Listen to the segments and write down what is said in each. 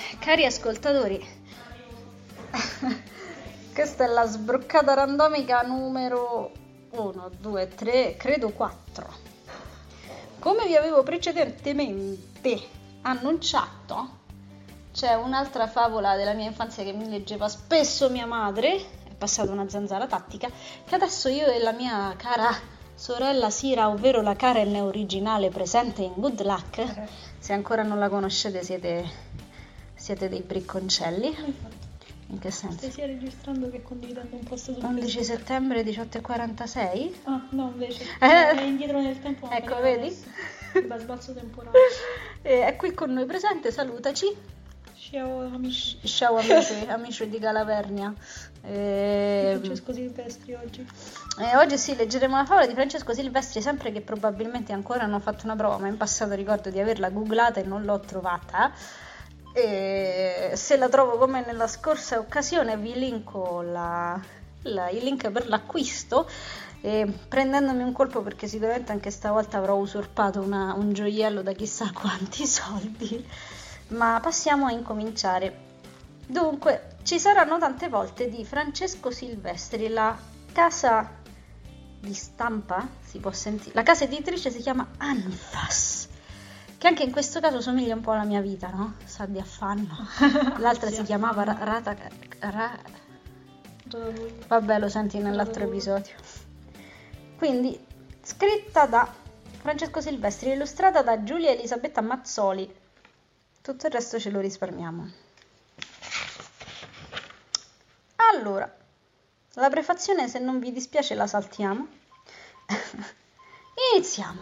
Cari ascoltatori, questa è la sbroccata randomica numero 1, 2, 3, credo 4. Come vi avevo precedentemente annunciato, c'è un'altra favola della mia infanzia che mi leggeva spesso mia madre, è passata una zanzara tattica, che adesso io e la mia cara sorella Sira, ovvero la Karen originale presente in Good Luck, se ancora non la conoscete siete dei bricconcelli. In che senso? Stai registrando che condividendo un post su 11 settembre 18:46? Ah, no, invece è indietro nel tempo. Ecco, vedi? Da sbalzo temporale. È qui con noi presente, salutaci. Ciao amici. Ciao amici di Calavernia. Francesco Silvestri oggi. Oggi sì, leggeremo la favola di Francesco Silvestri, sempre che probabilmente ancora non ho fatto una prova, ma in passato ricordo di averla googlata e non l'ho trovata. Se la trovo come nella scorsa occasione vi linko il link per l'acquisto, prendendomi un colpo perché sicuramente anche stavolta avrò usurpato un gioiello da chissà quanti soldi. Ma passiamo a incominciare. Dunque, ci saranno tante volte di Francesco Silvestri, la casa di stampa, si può sentire, la casa editrice si chiama Anfas, che anche in questo caso somiglia un po' alla mia vita, no? Sa di affanno. L'altra si chiamava Vabbè, lo senti nell'altro episodio. Quindi, scritta da Francesco Silvestri, illustrata da Giulia Elisabetta Mazzoli. Tutto il resto ce lo risparmiamo. Allora, la prefazione, se non vi dispiace, la saltiamo. Iniziamo.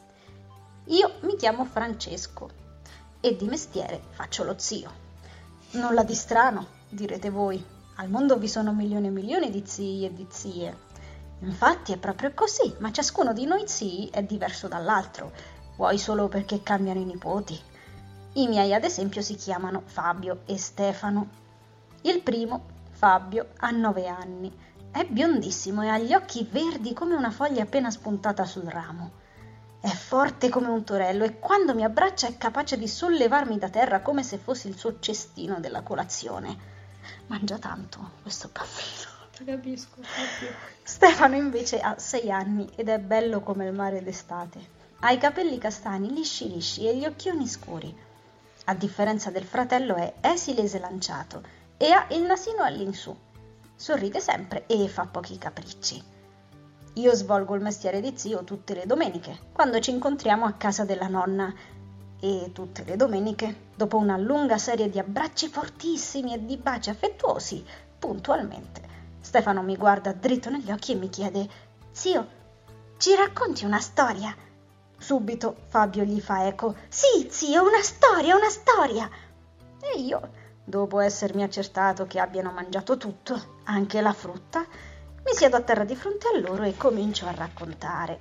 Io mi chiamo Francesco e di mestiere faccio lo zio. Nulla di strano, direte voi. Al mondo vi sono milioni e milioni di zii e di zie. Infatti è proprio così, ma ciascuno di noi zii è diverso dall'altro. Vuoi solo perché cambiano i nipoti? I miei, ad esempio, si chiamano Fabio e Stefano. Il primo, Fabio, ha 9 anni. È biondissimo e ha gli occhi verdi come una foglia appena spuntata sul ramo. È forte come un torello e quando mi abbraccia è capace di sollevarmi da terra come se fossi il suo cestino della colazione. Mangia tanto questo bambino. Capisco, Fabio. Stefano invece ha 6 anni ed è bello come il mare d'estate. Ha i capelli castani lisci lisci e gli occhioni scuri. A differenza del fratello è esile e slanciato e ha il nasino all'insù. Sorride sempre e fa pochi capricci. Io svolgo il mestiere di zio tutte le domeniche, quando ci incontriamo a casa della nonna. E tutte le domeniche, dopo una lunga serie di abbracci fortissimi e di baci affettuosi, puntualmente, Stefano mi guarda dritto negli occhi e mi chiede: «Zio, ci racconti una storia?» Subito Fabio gli fa eco: «Sì, zio, una storia!» E io, dopo essermi accertato che abbiano mangiato tutto, anche la frutta, mi siedo a terra di fronte a loro e comincio a raccontare.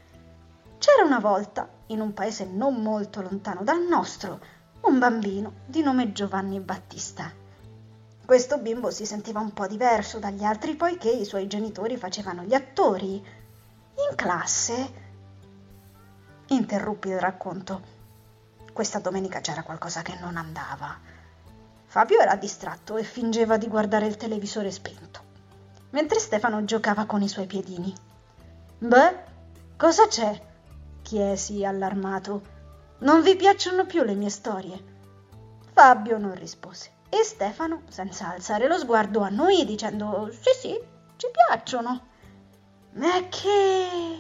C'era una volta, in un paese non molto lontano dal nostro, un bambino di nome Giovanni Battista. Questo bimbo si sentiva un po' diverso dagli altri poiché i suoi genitori facevano gli attori. In classe... Interruppi il racconto. Questa domenica c'era qualcosa che non andava. Fabio era distratto e fingeva di guardare il televisore spento, mentre Stefano giocava con i suoi piedini. «Beh, cosa c'è?» chiesi allarmato. «Non vi piacciono più le mie storie?» Fabio non rispose e Stefano, senza alzare lo sguardo, annui dicendo sì, ci piacciono. «Ma che...»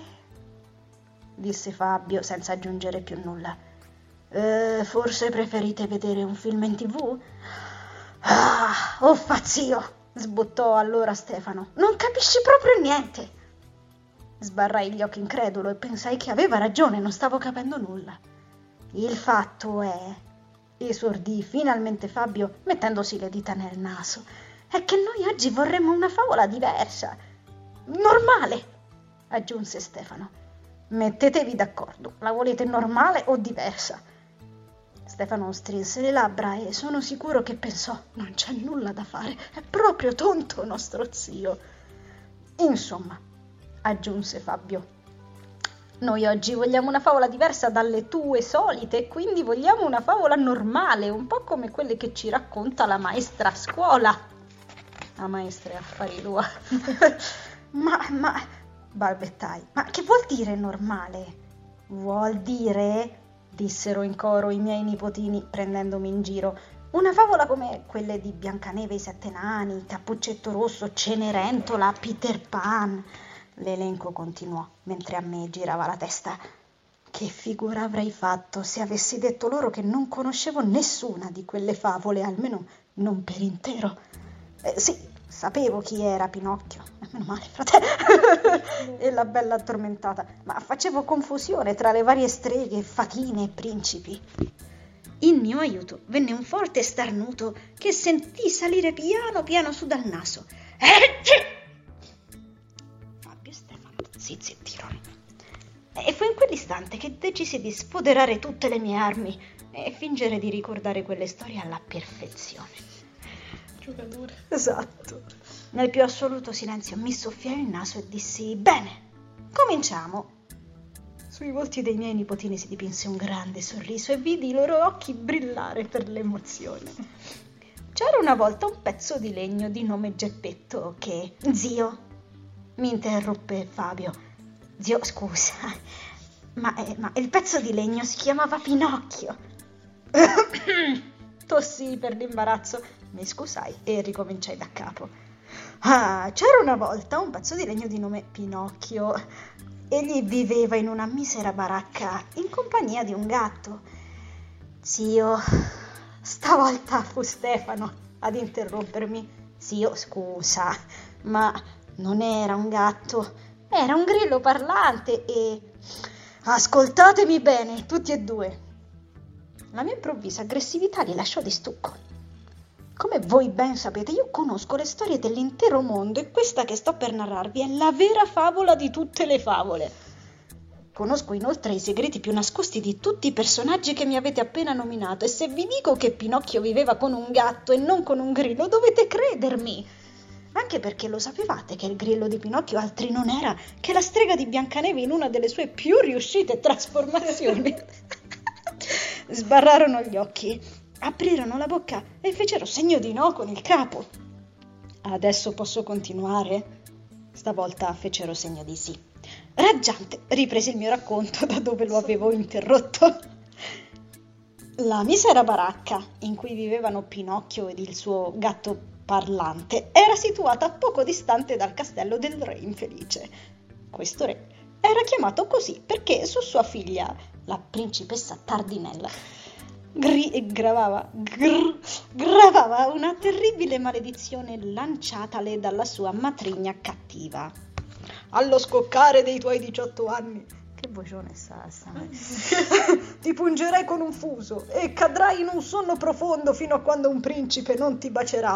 disse Fabio senza aggiungere più nulla. Forse preferite vedere un film in TV?» «Uffa, zio!» sbottò allora Stefano. «Non capisci proprio niente!» Sbarrai gli occhi incredulo e pensai che aveva ragione, non stavo capendo nulla. «Il fatto è», esordì finalmente Fabio mettendosi le dita nel naso, «è che noi oggi vorremmo una favola diversa. Normale!» aggiunse Stefano. «Mettetevi d'accordo, la volete normale o diversa?» Stefano strinse le labbra e sono sicuro che pensò: non c'è nulla da fare, è proprio tonto nostro zio. «Insomma», aggiunse Fabio, Noi oggi vogliamo una favola diversa dalle tue solite e quindi vogliamo una favola normale, un po' come quelle che ci racconta la maestra a scuola. La maestra è affari tua. ma, balbettai, ma che vuol dire normale? Vuol dire, dissero in coro i miei nipotini prendendomi in giro, una favola come quelle di Biancaneve e i Sette Nani, Cappuccetto Rosso, Cenerentola, Peter Pan. L'elenco continuò mentre a me girava la testa. Che figura avrei fatto se avessi detto loro che non conoscevo nessuna di quelle favole, almeno non per intero. Sì, sapevo chi era Pinocchio, meno male, fratello, e la bella addormentata, ma facevo confusione tra le varie streghe, fatine e principi. In mio aiuto venne un forte starnuto che sentì salire piano piano su dal naso. Fabio e Stefano si zittirono. E fu in quell'istante che decisi di sfoderare tutte le mie armi e fingere di ricordare quelle storie alla perfezione. Giocatore. Esatto. Nel più assoluto silenzio mi soffiai il naso e dissi: bene, cominciamo. Sui volti dei miei nipotini si dipinse un grande sorriso e vidi i loro occhi brillare per l'emozione. C'era una volta un pezzo di legno di nome Geppetto che... Zio, mi interruppe Fabio. Zio, scusa, ma il pezzo di legno si chiamava Pinocchio. Tossii per l'imbarazzo, mi scusai e ricominciai da capo. C'era una volta un pezzo di legno di nome Pinocchio. Egli viveva in una misera baracca in compagnia di un gatto. Zio, stavolta fu Stefano ad interrompermi. Zio, scusa, ma non era un gatto, era un grillo parlante e... Ascoltatemi bene, tutti e due. La mia improvvisa aggressività li lasciò di stucco. Come voi ben sapete, io conosco le storie dell'intero mondo e questa che sto per narrarvi è la vera favola di tutte le favole. Conosco inoltre i segreti più nascosti di tutti i personaggi che mi avete appena nominato e se vi dico che Pinocchio viveva con un gatto e non con un grillo, dovete credermi. Anche perché lo sapevate che il grillo di Pinocchio altri non era che la strega di Biancaneve in una delle sue più riuscite trasformazioni. Sbarrarono gli occhi. Aprirono la bocca e fecero segno di no con il capo. Adesso posso continuare? Stavolta fecero segno di sì. Raggiante, ripresi il mio racconto da dove lo avevo interrotto. La misera baracca in cui vivevano Pinocchio ed il suo gatto parlante era situata poco distante dal castello del re infelice. Questo re era chiamato così perché su sua figlia, la principessa Tardinella, gravava una terribile maledizione lanciatale dalla sua matrigna cattiva. Allo scoccare dei tuoi 18 anni, che vocione sassa, ti pungerei con un fuso e cadrai in un sonno profondo fino a quando un principe non ti bacerà.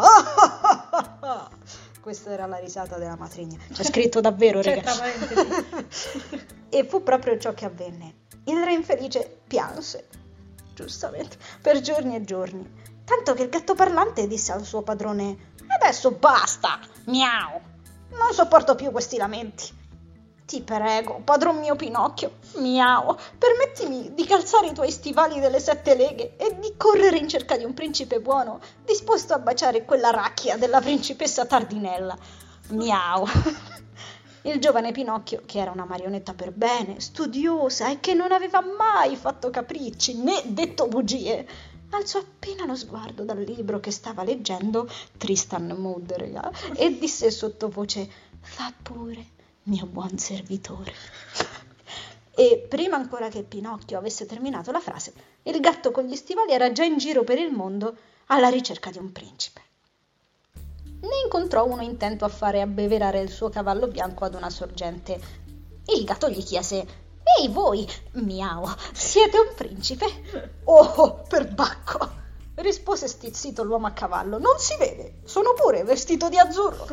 Questa era la risata della matrigna. C'è scritto davvero, ragazzi. E fu proprio ciò che avvenne. Il re infelice pianse, giustamente, per giorni e giorni, tanto che il gatto parlante disse al suo padrone: adesso basta, miau, non sopporto più questi lamenti. Ti prego, padron mio Pinocchio, miau, permettimi di calzare i tuoi stivali delle 7 leghe e di correre in cerca di un principe buono, disposto a baciare quella racchia della principessa Tardinella, miau. Il giovane Pinocchio, che era una marionetta per bene, studiosa e che non aveva mai fatto capricci né detto bugie, alzò appena lo sguardo dal libro che stava leggendo, Tristan Moudrea, e disse sottovoce: fa pure, mio buon servitore. E prima ancora che Pinocchio avesse terminato la frase, il gatto con gli stivali era già in giro per il mondo alla ricerca di un principe. Ne incontrò uno intento a fare abbeverare il suo cavallo bianco ad una sorgente. Il gatto gli chiese: ehi voi, miau, siete un principe? Oh, perbacco, rispose stizzito l'uomo a cavallo, non si vede, sono pure vestito di azzurro.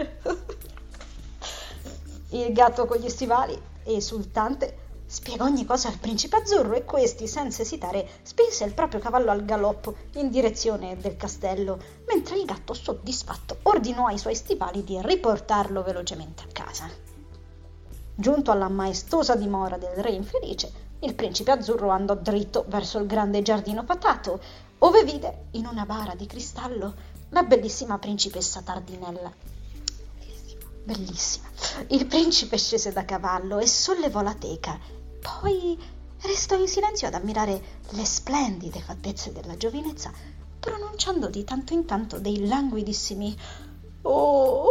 Il gatto con gli stivali, esultante, spiegò ogni cosa al principe azzurro e questi, senza esitare, spinse il proprio cavallo al galoppo in direzione del castello, mentre il gatto, soddisfatto, ordinò ai suoi stivali di riportarlo velocemente a casa. Giunto alla maestosa dimora del re infelice, il principe azzurro andò dritto verso il grande giardino fatato, ove vide, in una bara di cristallo, la bellissima principessa Tardinella. Bellissima. Il principe scese da cavallo e sollevò la teca, poi restò in silenzio ad ammirare le splendide fattezze della giovinezza, pronunciando di tanto in tanto dei languidissimi "oh,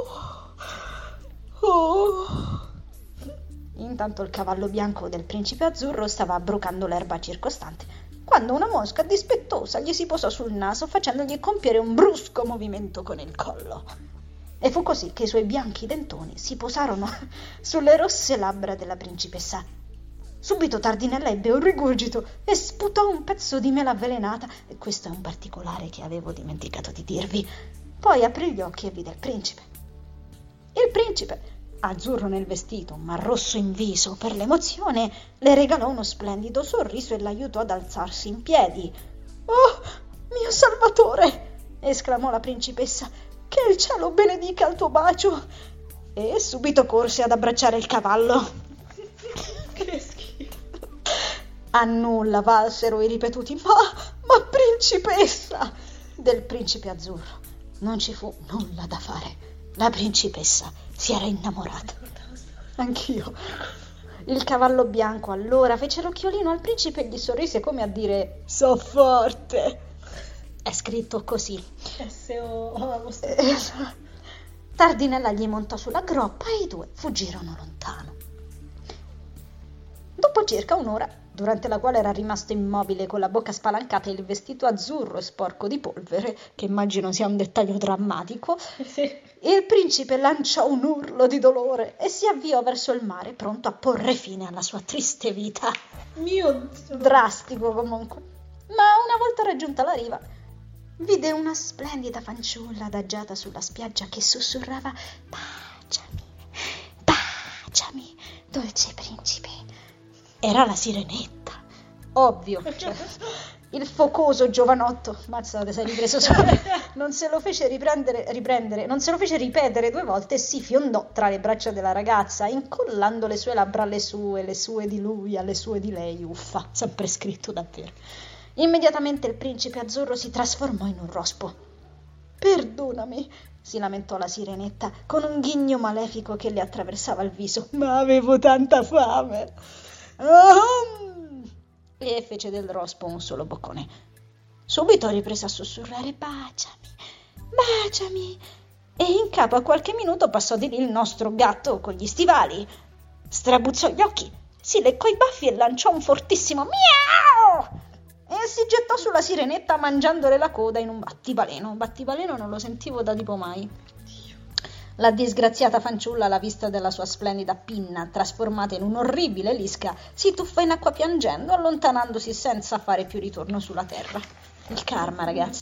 oh". Intanto il cavallo bianco del principe azzurro stava brucando l'erba circostante, quando una mosca dispettosa gli si posò sul naso facendogli compiere un brusco movimento con il collo. E fu così che i suoi bianchi dentoni si posarono sulle rosse labbra della principessa. Subito Tardinella ebbe un rigurgito e sputò un pezzo di mela avvelenata, e questo è un particolare che avevo dimenticato di dirvi. Poi aprì gli occhi e vide il principe. Il principe, azzurro nel vestito, ma rosso in viso per l'emozione, le regalò uno splendido sorriso e l'aiutò ad alzarsi in piedi. «Oh, mio salvatore!» esclamò la principessa. «Che il cielo benedica il tuo bacio!» E subito corse ad abbracciare il cavallo. Che schifo. A nulla valsero i ripetuti ma principessa del principe azzurro. Non ci fu nulla da fare. La principessa si era innamorata. Anch'io. Il cavallo bianco allora fece l'occhiolino al principe e gli sorrise come a dire: «So forte!» È scritto così. Tardinella gli montò sulla groppa e i due fuggirono lontano. Dopo circa un'ora, durante la quale era rimasto immobile con la bocca spalancata e il vestito azzurro e sporco di polvere, che immagino sia un dettaglio drammatico, Sì. il principe lanciò un urlo di dolore e si avviò verso il mare, pronto a porre fine alla sua triste vita. Mio Dio. Drastico comunque. Ma una volta raggiunta la riva, vide una splendida fanciulla adagiata sulla spiaggia che sussurrava: «Baciami, baciami, dolce principe». Era la sirenetta, ovvio, cioè, il focoso giovanotto, mazzate, sei ripreso non se lo fece non se lo fece ripetere 2 volte e si fiondò tra le braccia della ragazza, incollando le sue labbra alle sue, le sue di lui alle sue di lei, uffa, sempre scritto davvero. Immediatamente il principe azzurro si trasformò in un rospo. «Perdonami», si lamentò la sirenetta, con un ghigno malefico che le attraversava il viso, «ma avevo tanta fame». E fece del rospo un solo boccone. Subito riprese a sussurrare: «Baciami, baciami». E in capo a qualche minuto passò di lì il nostro gatto con gli stivali. Strabuzzò gli occhi, si leccò i baffi e lanciò un fortissimo miau e si gettò sulla sirenetta mangiandole la coda in un battibaleno. Un battibaleno non lo sentivo da tipo mai. La disgraziata fanciulla, alla vista della sua splendida pinna trasformata in un'orribile lisca, si tuffò in acqua piangendo, allontanandosi senza fare più ritorno sulla terra. Il karma, ragazzi.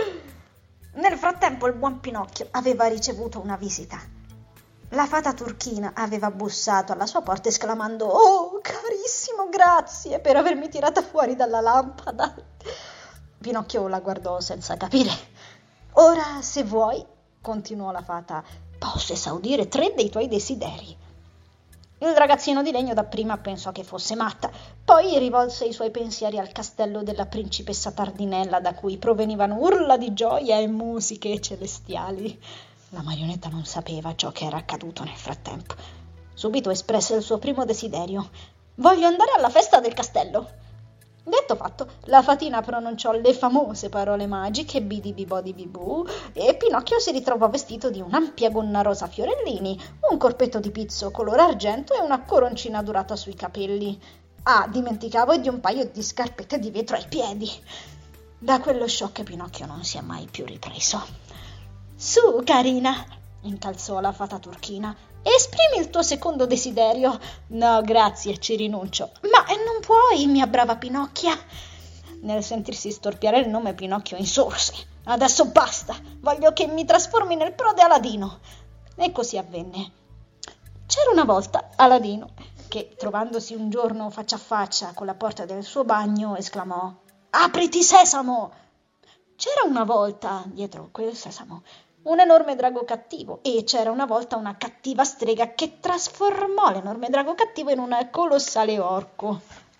Nel frattempo il buon Pinocchio aveva ricevuto una visita. La fata turchina aveva bussato alla sua porta esclamando: «Oh, carissimo, grazie per avermi tirata fuori dalla lampada». Pinocchio la guardò senza capire. «Ora, se vuoi», continuò la fata, «posso esaudire 3 dei tuoi desideri». Il ragazzino di legno dapprima pensò che fosse matta, poi rivolse i suoi pensieri al castello della principessa Tardinella, da cui provenivano urla di gioia e musiche celestiali. La marionetta non sapeva ciò che era accaduto nel frattempo. Subito espresse il suo primo desiderio: «Voglio andare alla festa del castello». Detto fatto, la fatina pronunciò le famose parole magiche bidi bibodi bibù e Pinocchio si ritrovò vestito di un'ampia gonna rosa a fiorellini, un corpetto di pizzo color argento e una coroncina dorata sui capelli. Ah, dimenticavo, e di un paio di scarpette di vetro ai piedi. Da quello shock Pinocchio non si è mai più ripreso. «Su, carina», incalzò la fata turchina, «esprimi il tuo secondo desiderio». «No, grazie, ci rinuncio». «Ma non puoi, mia brava Pinocchia». Nel sentirsi storpiare il nome, Pinocchio insorse: «Adesso basta, voglio che mi trasformi nel prode Aladino». E così avvenne. C'era una volta Aladino che, trovandosi un giorno faccia a faccia con la porta del suo bagno, esclamò: «Apriti, sesamo!». C'era una volta, dietro quel sesamo, un enorme drago cattivo e c'era una volta una cattiva strega che trasformò l'enorme drago cattivo in un colossale orco.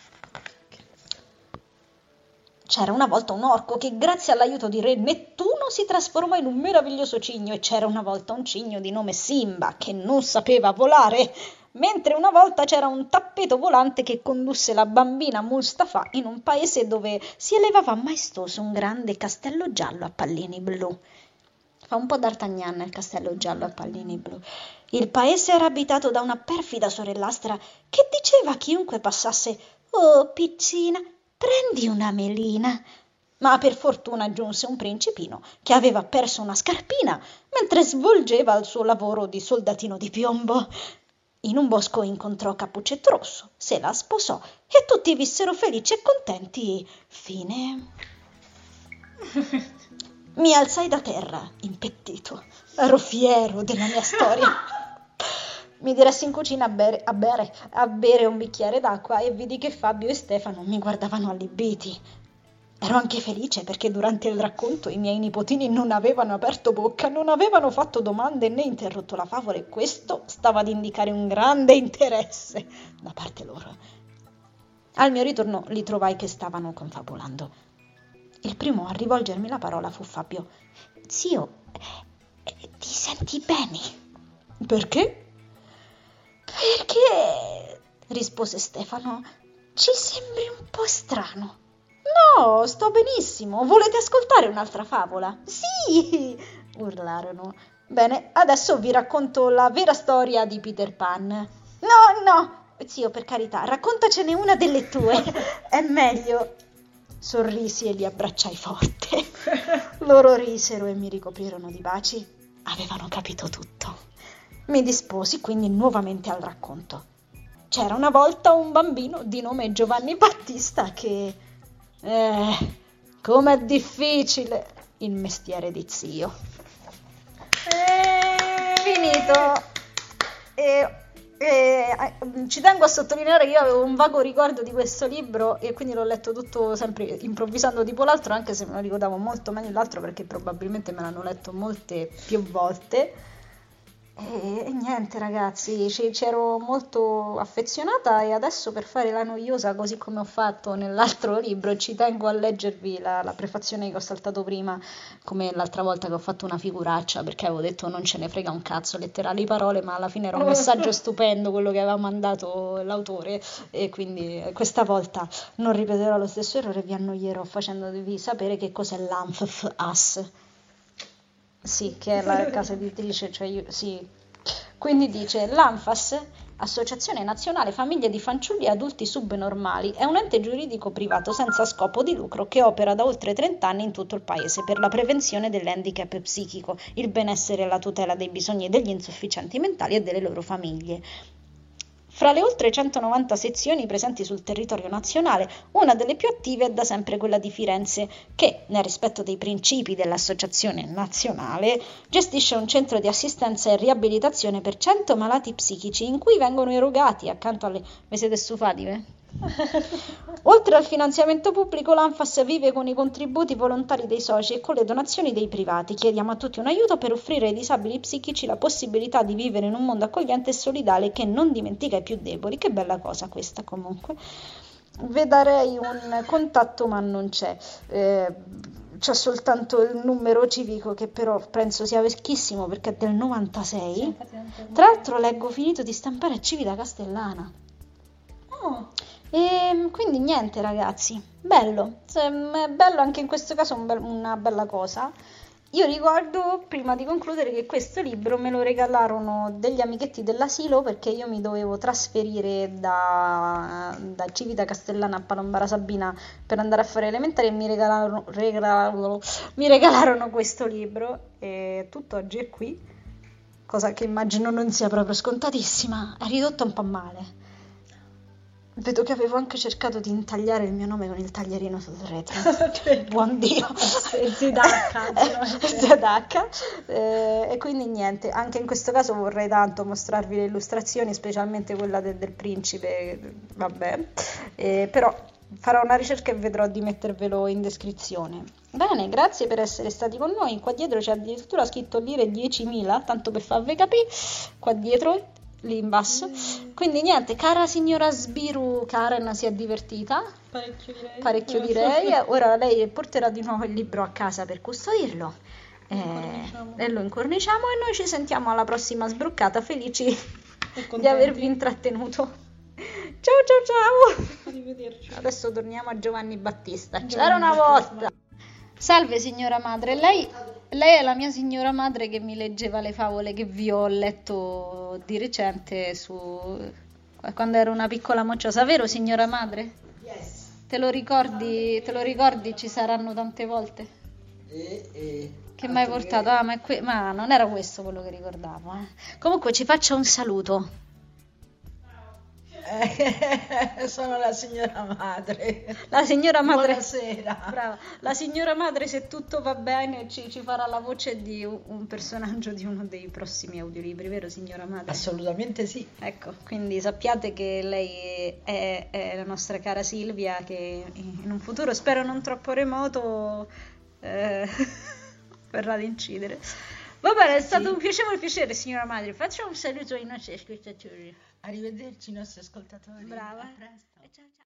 C'era una volta un orco che grazie all'aiuto di re Nettuno si trasformò in un meraviglioso cigno e c'era una volta un cigno di nome Simba che non sapeva volare, mentre una volta c'era un tappeto volante che condusse la bambina Mustafa in un paese dove si elevava maestoso un grande castello giallo a pallini blu. Fa un po' d'Artagnan il castello giallo a pallini blu. Il paese era abitato da una perfida sorellastra che diceva a chiunque passasse: «Oh, piccina, prendi una melina». Ma per fortuna giunse un principino che aveva perso una scarpina mentre svolgeva il suo lavoro di soldatino di piombo. In un bosco incontrò Cappuccetto Rosso, se la sposò e tutti vissero felici e contenti. Fine. Mi alzai da terra, impettito. Ero fiero della mia storia. Mi diressi in cucina a bere un bicchiere d'acqua e vidi che Fabio e Stefano mi guardavano allibiti. Ero anche felice perché durante il racconto i miei nipotini non avevano aperto bocca, non avevano fatto domande né interrotto la favola e questo stava ad indicare un grande interesse da parte loro. Al mio ritorno li trovai che stavano confabulando. Il primo a rivolgermi la parola fu Fabio. «Zio, ti senti bene?» «Perché?» «Perché», rispose Stefano, «ci sembri un po' strano». «No, sto benissimo. Volete ascoltare un'altra favola?» «Sì!» urlarono. «Bene, adesso vi racconto la vera storia di Peter Pan». «No, zio, per carità, raccontacene una delle tue. È meglio». Sorrisi e li abbracciai forte. Loro risero e mi ricoprirono di baci. Avevano capito tutto. Mi disposi quindi nuovamente al racconto. C'era una volta un bambino di nome Giovanni Battista che... com'è difficile il mestiere di zio. Finito. Ci tengo a sottolineare che io avevo un vago ricordo di questo libro e quindi l'ho letto tutto sempre improvvisando tipo l'altro, anche se me lo ricordavo molto meglio l'altro perché probabilmente me l'hanno letto molte più volte. E niente ragazzi, c'ero molto affezionata e adesso per fare la noiosa così come ho fatto nell'altro libro ci tengo a leggervi la prefazione che ho saltato prima, come l'altra volta che ho fatto una figuraccia perché avevo detto non ce ne frega un cazzo, letterali parole, ma alla fine era un messaggio stupendo quello che aveva mandato l'autore e quindi questa volta non ripeterò lo stesso errore, vi annoierò facendovi sapere che cos'è l'ANFFAS. Sì, che è la casa editrice, cioè io, sì. Quindi dice, l'ANFAS, Associazione Nazionale Famiglie di Fanciulli e Adulti Subnormali, è un ente giuridico privato senza scopo di lucro che opera da oltre 30 anni in tutto il paese per la prevenzione dell'handicap psichico, il benessere e la tutela dei bisogni degli insufficienti mentali e delle loro famiglie. Fra le oltre 190 sezioni presenti sul territorio nazionale, una delle più attive è da sempre quella di Firenze, che, nel rispetto dei principi dell'Associazione Nazionale, gestisce un centro di assistenza e riabilitazione per 100 malati psichici in cui vengono erogati, accanto alle... Vi siete stufati, Oltre al finanziamento pubblico, l'ANFAS vive con i contributi volontari dei soci e con le donazioni dei privati. Chiediamo a tutti un aiuto per offrire ai disabili psichici la possibilità di vivere in un mondo accogliente e solidale che non dimentica i più deboli. Che bella cosa questa comunque. Vi darei un contatto ma non c'è. C'è soltanto il numero civico che però penso sia vecchissimo perché è del 96. Sì, tra l'altro leggo finito di stampare a Civita Castellana. Oh. E quindi niente ragazzi, bello, bello anche in questo caso una bella cosa. Io ricordo prima di concludere che questo libro me lo regalarono degli amichetti dell'asilo perché io mi dovevo trasferire da Civita Castellana a Palombara Sabina per andare a fare elementari e mi regalarono questo libro e tutt'oggi è qui, cosa che immagino non sia proprio scontatissima, è ridotta un po' male. Vedo che avevo anche cercato di intagliare il mio nome con il taglierino sul retro. Buon Dio. Zedacca. E quindi niente, anche in questo caso vorrei tanto mostrarvi le illustrazioni, specialmente quella del principe, vabbè. Però farò una ricerca e vedrò di mettervelo in descrizione. Bene, grazie per essere stati con noi. Qua dietro c'è addirittura scritto lire 10.000, tanto per farvi capire, qua dietro, lì in basso. Quindi niente, cara signora Sbiru, Karen si è divertita. Parecchio direi. Ora lei porterà di nuovo il libro a casa per custodirlo. E lo incorniciamo e noi ci sentiamo alla prossima sbroccata, felici di avervi intrattenuto. Ciao. Arrivederci. Adesso torniamo a Giovanni Battista. C'era una volta. Salve signora madre, lei è la mia signora madre che mi leggeva le favole che vi ho letto di recente quando ero una piccola mocciosa, vero signora madre? Yes. Te lo ricordi? Ci saranno tante volte? Che mi hai portato? Ah, ma non era questo quello che ricordavo. Comunque ci faccia un saluto. Sono la signora madre. La signora madre. Buonasera. Brava. La signora madre, se tutto va bene, ci farà la voce di un personaggio di uno dei prossimi audiolibri, vero signora madre? Assolutamente sì. Ecco, quindi sappiate che lei è la nostra cara Silvia, che in un futuro, spero non troppo remoto, verrà ad incidere. Va bene, è stato un piacere, signora madre. Faccia un saluto ai nostri ascoltatori. Arrivederci, nostri ascoltatori. Brava. A presto. Ciao.